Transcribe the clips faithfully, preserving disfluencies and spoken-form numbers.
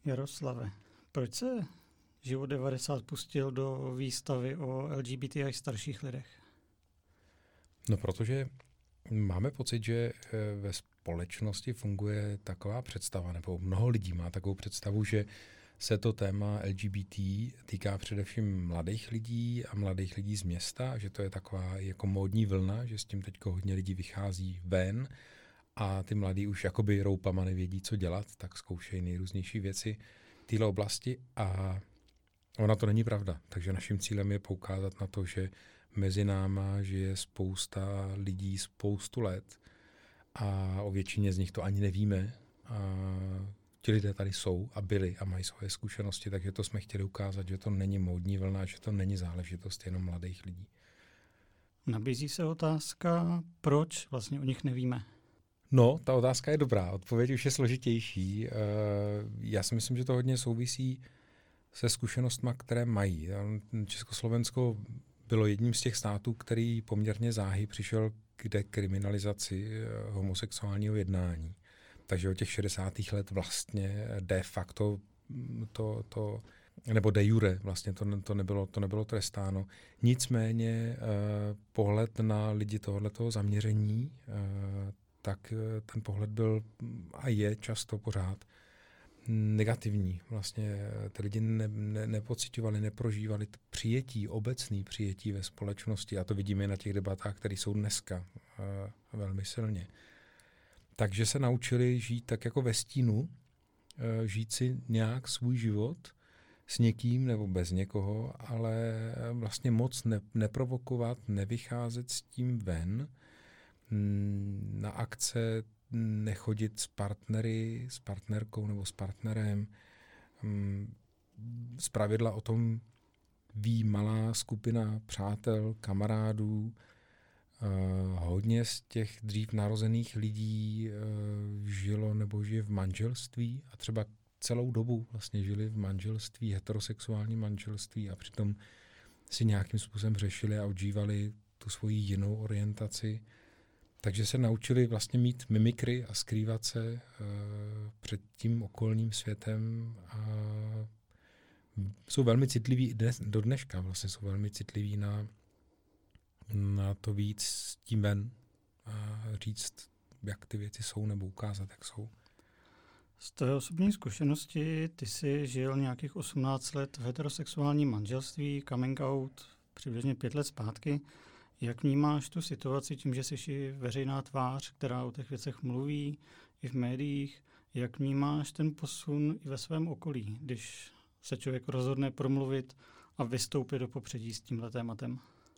Jaroslave, proč se Život devadesát pustil do výstavy o L G B T I starších lidech? No, protože máme pocit, že ve společnosti funguje taková představa, nebo mnoho lidí má takovou představu, že se to téma L G B T týká především mladých lidí a mladých lidí z města, že to je taková jako módní vlna, že s tím teď hodně lidí vychází ven a ty mladí už jakoby roupama nevědí, co dělat, tak zkoušejí nejrůznější věci v této oblasti a ona to není pravda. Takže naším cílem je poukázat na to, že mezi náma žije spousta lidí spoustu let a o většině z nich to ani nevíme. A ti lidé tady jsou a byli a mají svoje zkušenosti, takže to jsme chtěli ukázat, že to není módní vlna, že to není záležitost jenom mladých lidí. Nabízí se otázka, proč vlastně o nich nevíme? No, ta otázka je dobrá, odpověď už je složitější. Já si myslím, že to hodně souvisí se zkušenostmi, které mají. Československo bylo jedním z těch států, který poměrně záhy přišel k dekriminalizaci homosexuálního jednání. Takže od těch šedesátých let vlastně de facto to, to nebo de jure vlastně to, to, nebylo, to nebylo trestáno. Nicméně pohled na lidi tohoto zaměření, tak ten pohled byl a je často pořád negativní. Vlastně ty lidi ne, ne, nepociťovali, neprožívali přijetí, obecný přijetí ve společnosti a to vidíme na těch debatách, které jsou dneska uh, velmi silně. Takže se naučili žít tak jako ve stínu, uh, žít si nějak svůj život s někým nebo bez někoho, ale vlastně moc ne, neprovokovat, nevycházet s tím ven, na akce nechodit s partnery, s partnerkou nebo s partnerem. Zpravidla o tom ví malá skupina přátel, kamarádů. Hodně z těch dřív narozených lidí žilo nebo žije v manželství a třeba celou dobu vlastně žili v manželství, heterosexuální manželství a přitom si nějakým způsobem řešili a odžívali tu svoji jinou orientaci. Takže se naučili vlastně mít mimikry a skrývat se uh, před tím okolním světem a jsou velmi citliví dnes, do dneška, vlastně jsou velmi citliví na, na to víc s tím ven a říct, jak ty věci jsou nebo ukázat, jak jsou. Z tvé osobní zkušenosti ty jsi žil nějakých osmnáct let v heterosexuálním manželství, coming out přibližně pět let zpátky. Jak vnímáš tu situaci tím, že jsi veřejná tvář, která o těch věcech mluví i v médiích? Jak vnímáš ten posun i ve svém okolí, když se člověk rozhodne promluvit a vystoupit do popředí s tímhle tématem?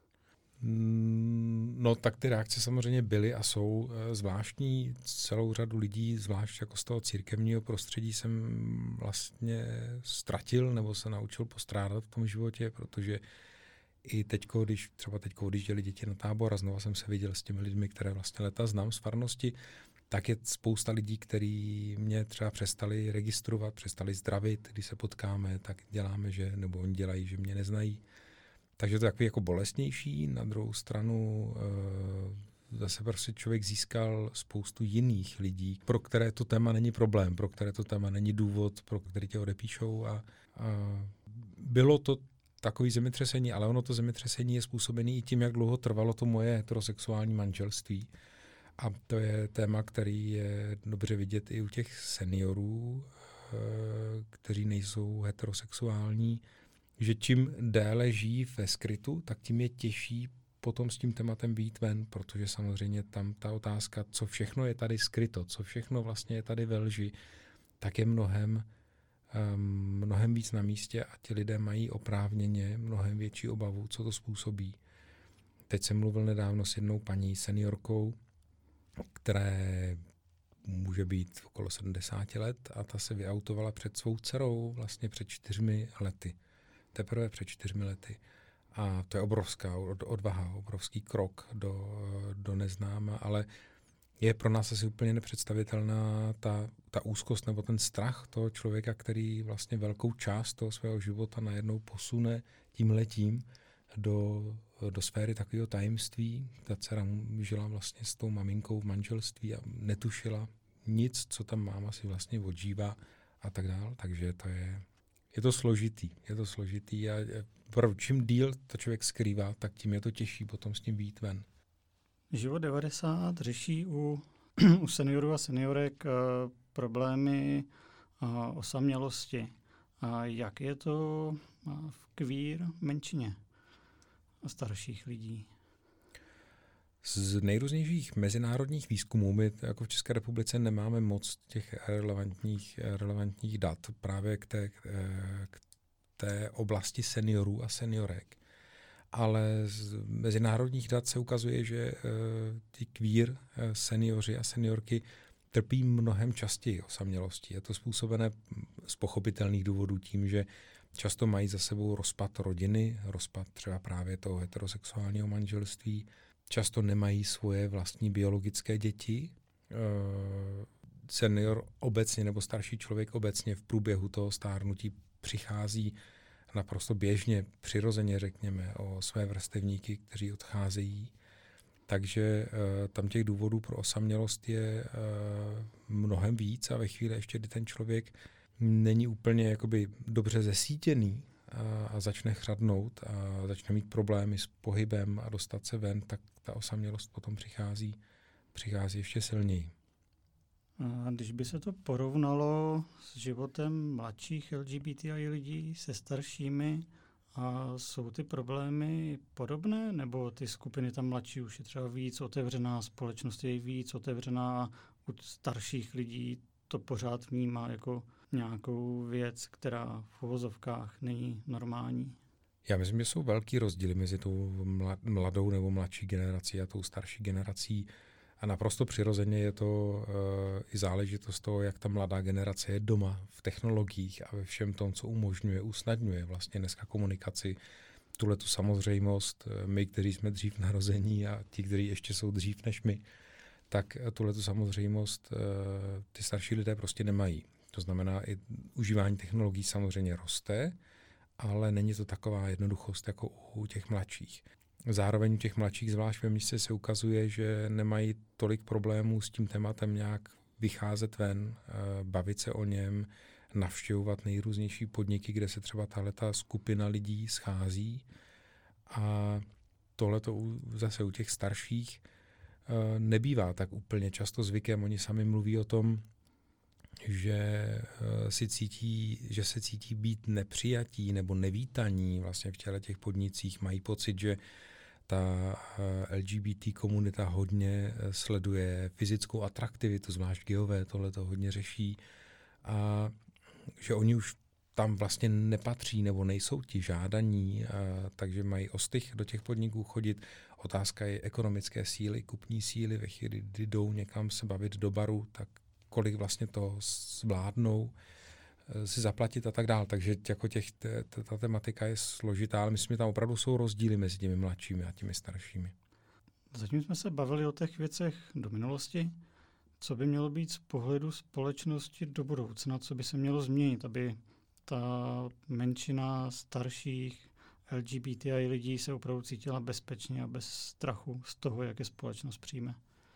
No tak ty reakce samozřejmě byly a jsou zvláštní. Celou řadu lidí, zvlášť jako z toho církevního prostředí jsem vlastně ztratil nebo se naučil postrádat v tom životě, protože i teďko, když třeba teďko odjížděli děti na tábor a znova jsem se viděl s těmi lidmi, které vlastně leta znám z farnosti, tak je spousta lidí, kteří mě třeba přestali registrovat, přestali zdravit, když se potkáme, tak děláme, že, nebo oni dělají, že mě neznají. Takže to je takový jako bolestnější. Na druhou stranu e, zase prostě člověk získal spoustu jiných lidí, pro které to téma není problém, pro které to téma není důvod, pro který tě odepíšou. A, a bylo to takový zemětřesení, ale ono to zemětřesení je způsobený i tím, jak dlouho trvalo to moje heterosexuální manželství. A to je téma, který je dobře vidět i u těch seniorů, kteří nejsou heterosexuální, že čím déle žijí ve skrytu, tak tím je těžší potom s tím tématem vyjít ven, protože samozřejmě tam ta otázka, co všechno je tady skryto, co všechno vlastně je tady ve lži, tak je mnohem mnohem víc na místě a ti lidé mají oprávněně mnohem větší obavu, co to způsobí. Teď jsem mluvil nedávno s jednou paní seniorkou, které může být okolo sedmdesát let a ta se vyautovala před svou dcerou vlastně před čtyřmi lety. Teprve před čtyřmi lety. A to je obrovská odvaha, obrovský krok do, do neznáma, ale je pro nás asi úplně nepředstavitelná ta, ta úzkost nebo ten strach toho člověka, který vlastně velkou část toho svého života najednou posune tímhletím do, do sféry takového tajemství. Ta dcera žila vlastně s tou maminkou v manželství a netušila nic, co tam máma si vlastně odžívá. a tak dál. Takže to je, je to složitý. Je to složitý a čím díl to člověk skrývá, tak tím je to těžší potom s tím vyjít ven. Život devadesát řeší u, u seniorů a seniorek uh, problémy uh, osamělosti. A jak je to uh, v queer menšině a starších lidí? Z nejrůznějších mezinárodních výzkumů my jako v České republice nemáme moc těch relevantních, relevantních dat právě k té, k té oblasti seniorů a seniorek. Ale z mezinárodních dat se ukazuje, že ty queer seniori a seniorky trpí mnohem častěji osamělostí. Je to způsobené z pochopitelných důvodů tím, že často mají za sebou rozpad rodiny, rozpad třeba právě toho heterosexuálního manželství, často nemají svoje vlastní biologické děti. Senior obecně nebo starší člověk obecně v průběhu toho stárnutí přichází naprosto běžně, přirozeně řekněme, o své vrstevníky, kteří odcházejí. Takže tam těch důvodů pro osamělost je mnohem víc a ve chvíli ještě, kdy ten člověk není úplně jakoby dobře zesítěný a, a začne chřadnout a začne mít problémy s pohybem a dostat se ven, tak ta osamělost potom přichází, přichází ještě silněji. A když by se to porovnalo s životem mladších L G B T I lidí se staršími, a jsou ty problémy podobné, nebo ty skupiny tam mladší už je třeba víc otevřená, společnost je víc otevřená, u starších lidí to pořád vnímá jako nějakou věc, která v uvozovkách není normální? Já myslím, že jsou velký rozdíly mezi tou mladou nebo mladší generací a tou starší generací. A naprosto přirozeně je to uh, i záležitost toho, jak ta mladá generace je doma v technologiích a ve všem tom, co umožňuje, usnadňuje vlastně dneska komunikaci. Tuhletu samozřejmost, my, kteří jsme dřív narození a ti, kteří ještě jsou dřív než my, tak tuhletu samozřejmost uh, ty starší lidé prostě nemají. To znamená, i užívání technologií samozřejmě roste, ale není to taková jednoduchost jako u těch mladších. Zároveň u těch mladších, zvlášť ve městě, se ukazuje, že nemají tolik problémů s tím tématem nějak vycházet ven, bavit se o něm, navštěvovat nejrůznější podniky, kde se třeba tahleta skupina lidí schází. A tohleto zase u těch starších nebývá tak úplně často zvykem. Oni sami mluví o tom, že si cítí, že se cítí být nepřijatí nebo nevítaní vlastně v těle těch podnicích. Mají pocit, že ta L G B T komunita hodně sleduje fyzickou atraktivitu, zvlášť gayové tohle to hodně řeší, a že oni už tam vlastně nepatří nebo nejsou ti žádaní, a takže mají ostych do těch podniků chodit. Otázka je ekonomické síly, kupní síly, ve chvíli, kdy jdou někam se bavit do baru, tak kolik vlastně to zvládnou si zaplatit a tak dál. Takže jako těch, ta tematika je složitá, ale myslím, že tam opravdu jsou rozdíly mezi těmi mladšími a těmi staršími. Zatím jsme se bavili o těch věcech do minulosti. Co by mělo být z pohledu společnosti do budoucna? Co by se mělo změnit, aby ta menšina starších L G B T I lidí se opravdu cítila bezpečně a bez strachu z toho, jak je společnost přijme?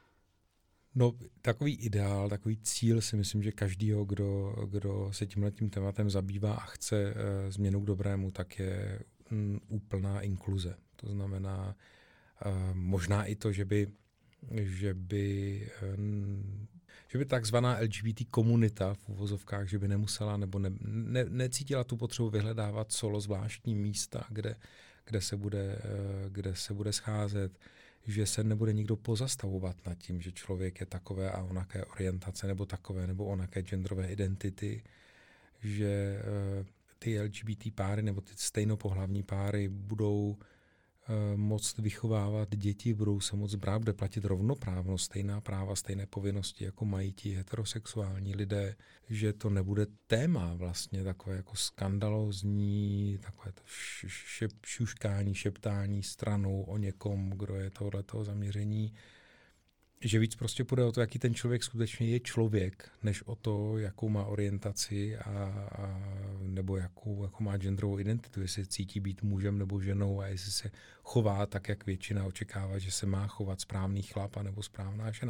No, takový ideál, takový cíl si myslím, že každýho, kdo, kdo se tímhletím tématem zabývá a chce uh, změnu k dobrému, tak je um, úplná inkluze. To znamená uh, možná i to, že by, že by, um, že by takzvaná L G B T komunita v uvozovkách, že by nemusela nebo ne, ne, necítila tu potřebu vyhledávat solo zvláštní místa, kde, kde, se bude, uh, kde se bude scházet, že se nebude nikdo pozastavovat nad tím, že člověk je takové a onaké orientace nebo takové nebo onaké genderové identity, že uh, ty L G B T páry nebo ty stejnopohlavní páry budou uh, moct vychovávat děti, budou se moct brát, bude platit rovnoprávnost, stejná práva, stejné povinnosti, jako mají ti heterosexuální lidé, že to nebude téma vlastně takové jako skandalózní, takové to šep, šuškání, šeptání stranou o někom, kdo je tohleto zaměření, že víc prostě půjde o to, jaký ten člověk skutečně je člověk, než o to, jakou má orientaci a, a nebo jakou, jakou má genderovou identitu, jestli cítí být mužem nebo ženou a jestli se chová tak, jak většina očekává, že se má chovat správný chlap a nebo správná žena.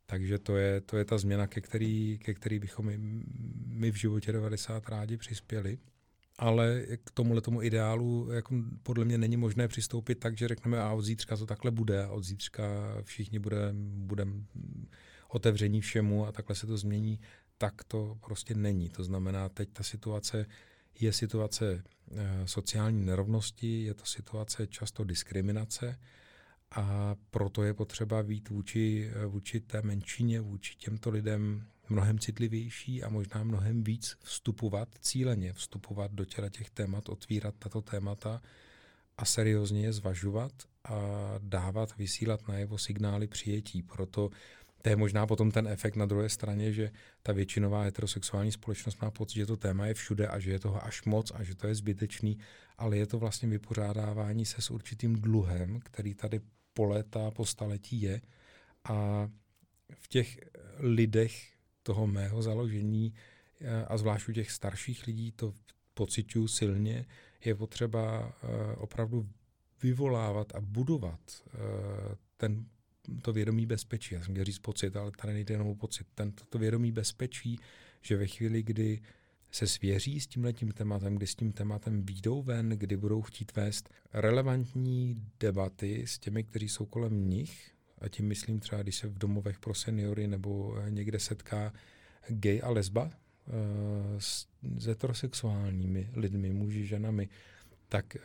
Takže to je, to je ta změna, ke který, ke který bychom my, my v životě devadesát rádi přispěli. Ale k tomuhle tomu ideálu jako podle mě není možné přistoupit tak, že řekneme, a od zítřka to takhle bude, a od zítřka všichni budeme budem otevření všemu a takhle se to změní. Tak to prostě není. To znamená, teď ta situace je situace e, sociální nerovnosti, je to situace často diskriminace a proto je potřeba být vůči, vůči té menšině, vůči těmto lidem mnohem citlivější a možná mnohem víc vstupovat cíleně, vstupovat do těla těch témat, otvírat tato témata a seriózně je zvažovat a dávat, vysílat najevo signály přijetí. Proto to je možná potom ten efekt na druhé straně, že ta většinová heterosexuální společnost má pocit, že to téma je všude a že je toho až moc a že to je zbytečný, ale je to vlastně vypořádávání se s určitým dluhem, který tady po léta, po staletí je. A v těch lidech toho mého založení a zvlášť u těch starších lidí to pociťuji silně, je potřeba opravdu vyvolávat a budovat ten to vědomí bezpečí. Já jsem chtěl říct pocit, ale tady nejde jenom o pocit. Ten, to vědomí bezpečí, že ve chvíli, kdy se svěří s tímhletím tématem, kdy s tím tématem výjdou ven, kdy budou chtít vést relevantní debaty s těmi, kteří jsou kolem nich, a tím myslím třeba, když se v domovech pro seniory nebo někde setká gay a lesba s heterosexuálními lidmi, muži, ženami, tak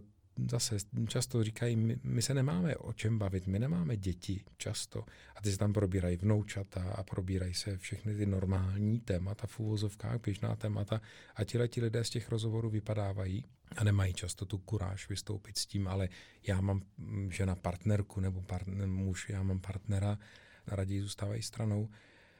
zase často říkají, my, my se nemáme o čem bavit, my nemáme děti často. A ty se tam probírají vnoučata a probírají se všechny ty normální témata v uvozovkách, běžná témata a tihleti lidé z těch rozhovorů vypadávají a nemají často tu kuráž vystoupit s tím, ale já mám žena partnerku nebo partner, muž, já mám partnera, raději zůstávají stranou.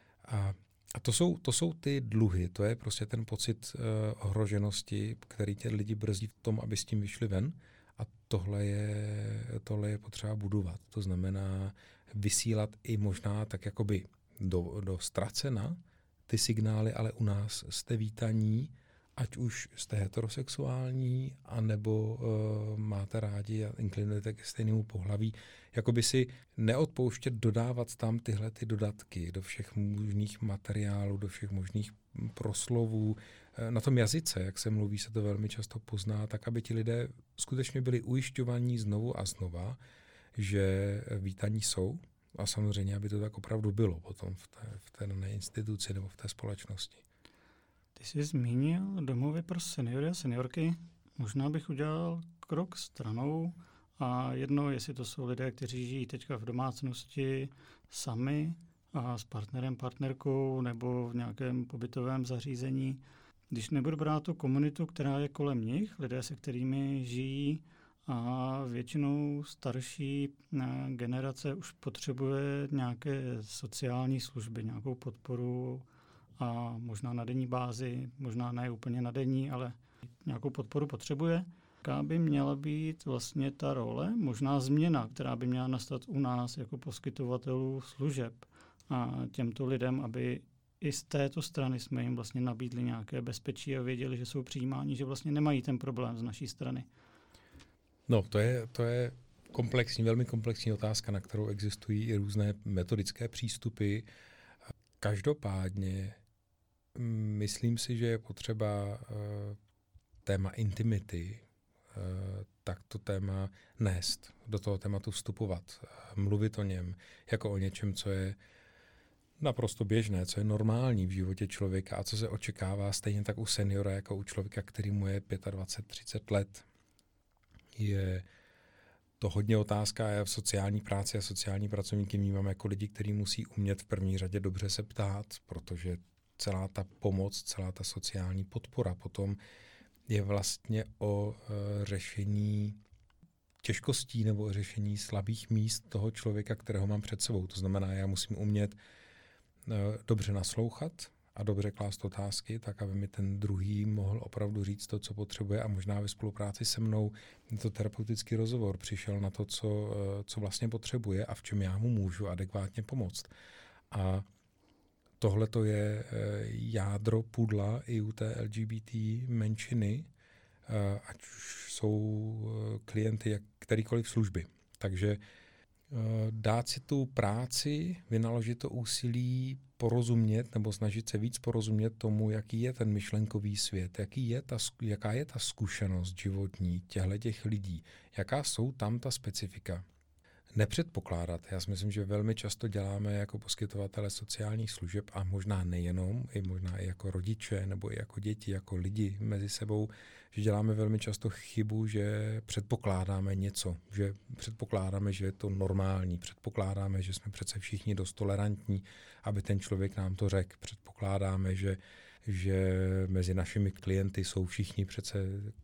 A A to jsou, to jsou ty dluhy, to je prostě ten pocit uh, ohroženosti, který tě lidi brzdí v tom, aby s tím vyšli ven. A tohle je, tohle je potřeba budovat. To znamená vysílat i možná tak jakoby do, do ztracena ty signály, ale u nás jste vítaní, ať už jste heterosexuální, anebo uh, máte rádi a inklinujete ke stejnému pohlaví, jakoby si neodpouštět dodávat tam tyhle ty dodatky do všech možných materiálů, do všech možných proslovů. Na tom jazyce, jak se mluví, se to velmi často pozná, tak aby ti lidé skutečně byli ujišťovaní znovu a znova, že vítaní jsou a samozřejmě, aby to tak opravdu bylo potom v té, v té dané instituci nebo v té společnosti. Ty jsi zmínil domovy pro seniory a seniorky. Možná bych udělal krok stranou a jedno, jestli to jsou lidé, kteří žijí teďka v domácnosti sami a s partnerem, partnerkou nebo v nějakém pobytovém zařízení. Když nebudu brát tu komunitu, která je kolem nich, lidé, se kterými žijí a většinou starší generace už potřebuje nějaké sociální služby, nějakou podporu a možná na denní bázi, možná ne úplně na denní, ale nějakou podporu potřebuje. Jaká by měla být vlastně ta role, možná změna, která by měla nastat u nás jako poskytovatelů služeb a těmto lidem, aby i z této strany jsme jim vlastně nabídli nějaké bezpečí a věděli, že jsou přijímáni, že vlastně nemají ten problém z naší strany. No, to je, to je komplexní, velmi komplexní otázka, na kterou existují i různé metodické přístupy. Každopádně myslím si, že je potřeba uh, téma intimity, uh, tak to téma nést, do toho tématu vstupovat, uh, mluvit o něm jako o něčem, co je naprosto běžné, co je normální v životě člověka a co se očekává stejně tak u seniora, jako u člověka, který mu je dvacet pět třicet let. Je to hodně otázka, já v sociální práci a sociální pracovníky vnímám jako lidi, kteří musí umět v první řadě dobře se ptát, protože celá ta pomoc, celá ta sociální podpora potom je vlastně o e, řešení těžkostí nebo o řešení slabých míst toho člověka, kterého mám před sebou. To znamená, já musím umět e, dobře naslouchat a dobře klást otázky, tak aby mi ten druhý mohl opravdu říct to, co potřebuje a možná ve spolupráci se mnou to terapeutický rozhovor přišel na to, co, co vlastně potřebuje a v čem já mu můžu adekvátně pomoct. A tohle to je jádro pudla i u té L G B T menšiny, ať už jsou klienty jak kterýkoliv služby. Takže Dát si tu práci, vynaložit to úsilí, porozumět nebo snažit se víc porozumět tomu, jaký je ten myšlenkový svět, jaký je ta, jaká je ta zkušenost životní těch lidí, jaká jsou tam ta specifika. Nepředpokládat. Já si myslím, že velmi často děláme jako poskytovatele sociálních služeb a možná nejenom, i možná i jako rodiče nebo i jako děti, jako lidi mezi sebou, že děláme velmi často chybu, že předpokládáme něco, že předpokládáme, že je to normální, předpokládáme, že jsme přece všichni dost tolerantní, aby ten člověk nám to řekl. Předpokládáme, že, že mezi našimi klienty jsou všichni přece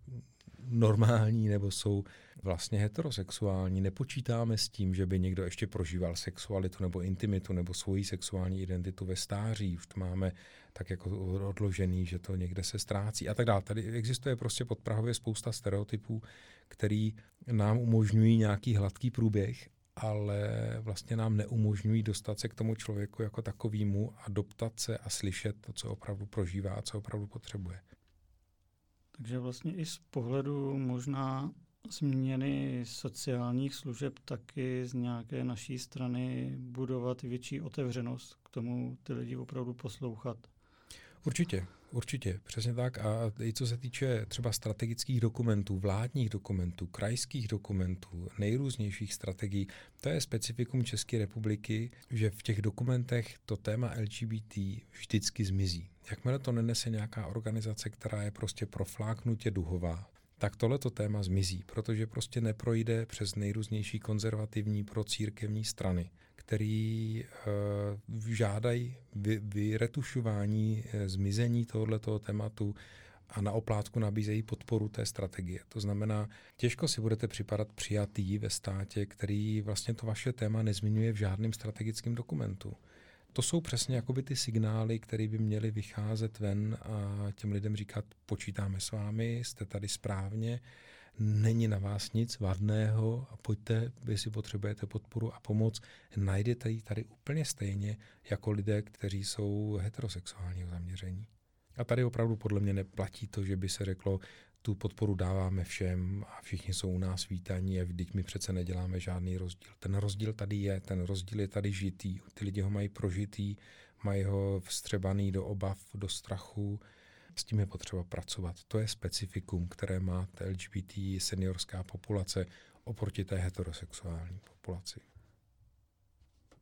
normální nebo jsou vlastně heterosexuální. Nepočítáme s tím, že by někdo ještě prožíval sexualitu nebo intimitu nebo svoji sexuální identitu ve stáří. Už to máme tak jako odložený, že to někde se ztrácí a tak dále. Tady existuje prostě podprahově spousta stereotypů, který nám umožňují nějaký hladký průběh, ale vlastně nám neumožňují dostat se k tomu člověku jako takovému a doptat se a slyšet to, co opravdu prožívá a co opravdu potřebuje. Takže vlastně i z pohledu možná změny sociálních služeb taky z nějaké naší strany budovat větší otevřenost k tomu ty lidi opravdu poslouchat. Určitě, určitě, přesně tak. A i co se týče třeba strategických dokumentů, vládních dokumentů, krajských dokumentů, nejrůznějších strategií, to je specifikum České republiky, že v těch dokumentech to téma L G B T vždycky zmizí. Jakmile to nenese nějaká organizace, která je prostě profláknutě duhová, tak tohleto téma zmizí, protože prostě neprojde přes nejrůznější konzervativní procírkevní strany, který uh, žádají vy, vyretušování, uh, zmizení tohoto tématu a na oplátku nabízejí podporu té strategie. To znamená, těžko si budete připadat přijatý ve státě, který vlastně to vaše téma nezmiňuje v žádném strategickém dokumentu. To jsou přesně jakoby ty signály, které by měly vycházet ven a těm lidem říkat, počítáme s vámi, jste tady správně, není na vás nic vadného a pojďte, vy si potřebujete podporu a pomoc, najdete ji tady úplně stejně jako lidé, kteří jsou heterosexuálního zaměření. A tady opravdu podle mě neplatí to, že by se řeklo, tu podporu dáváme všem a všichni jsou u nás vítaní a vždyť my přece neděláme žádný rozdíl. Ten rozdíl tady je, ten rozdíl je tady žitý. Ty lidi ho mají prožitý, mají ho vstřebaný do obav, do strachu. S tím je potřeba pracovat. To je specifikum, které má L G B T seniorská populace oproti té heterosexuální populaci.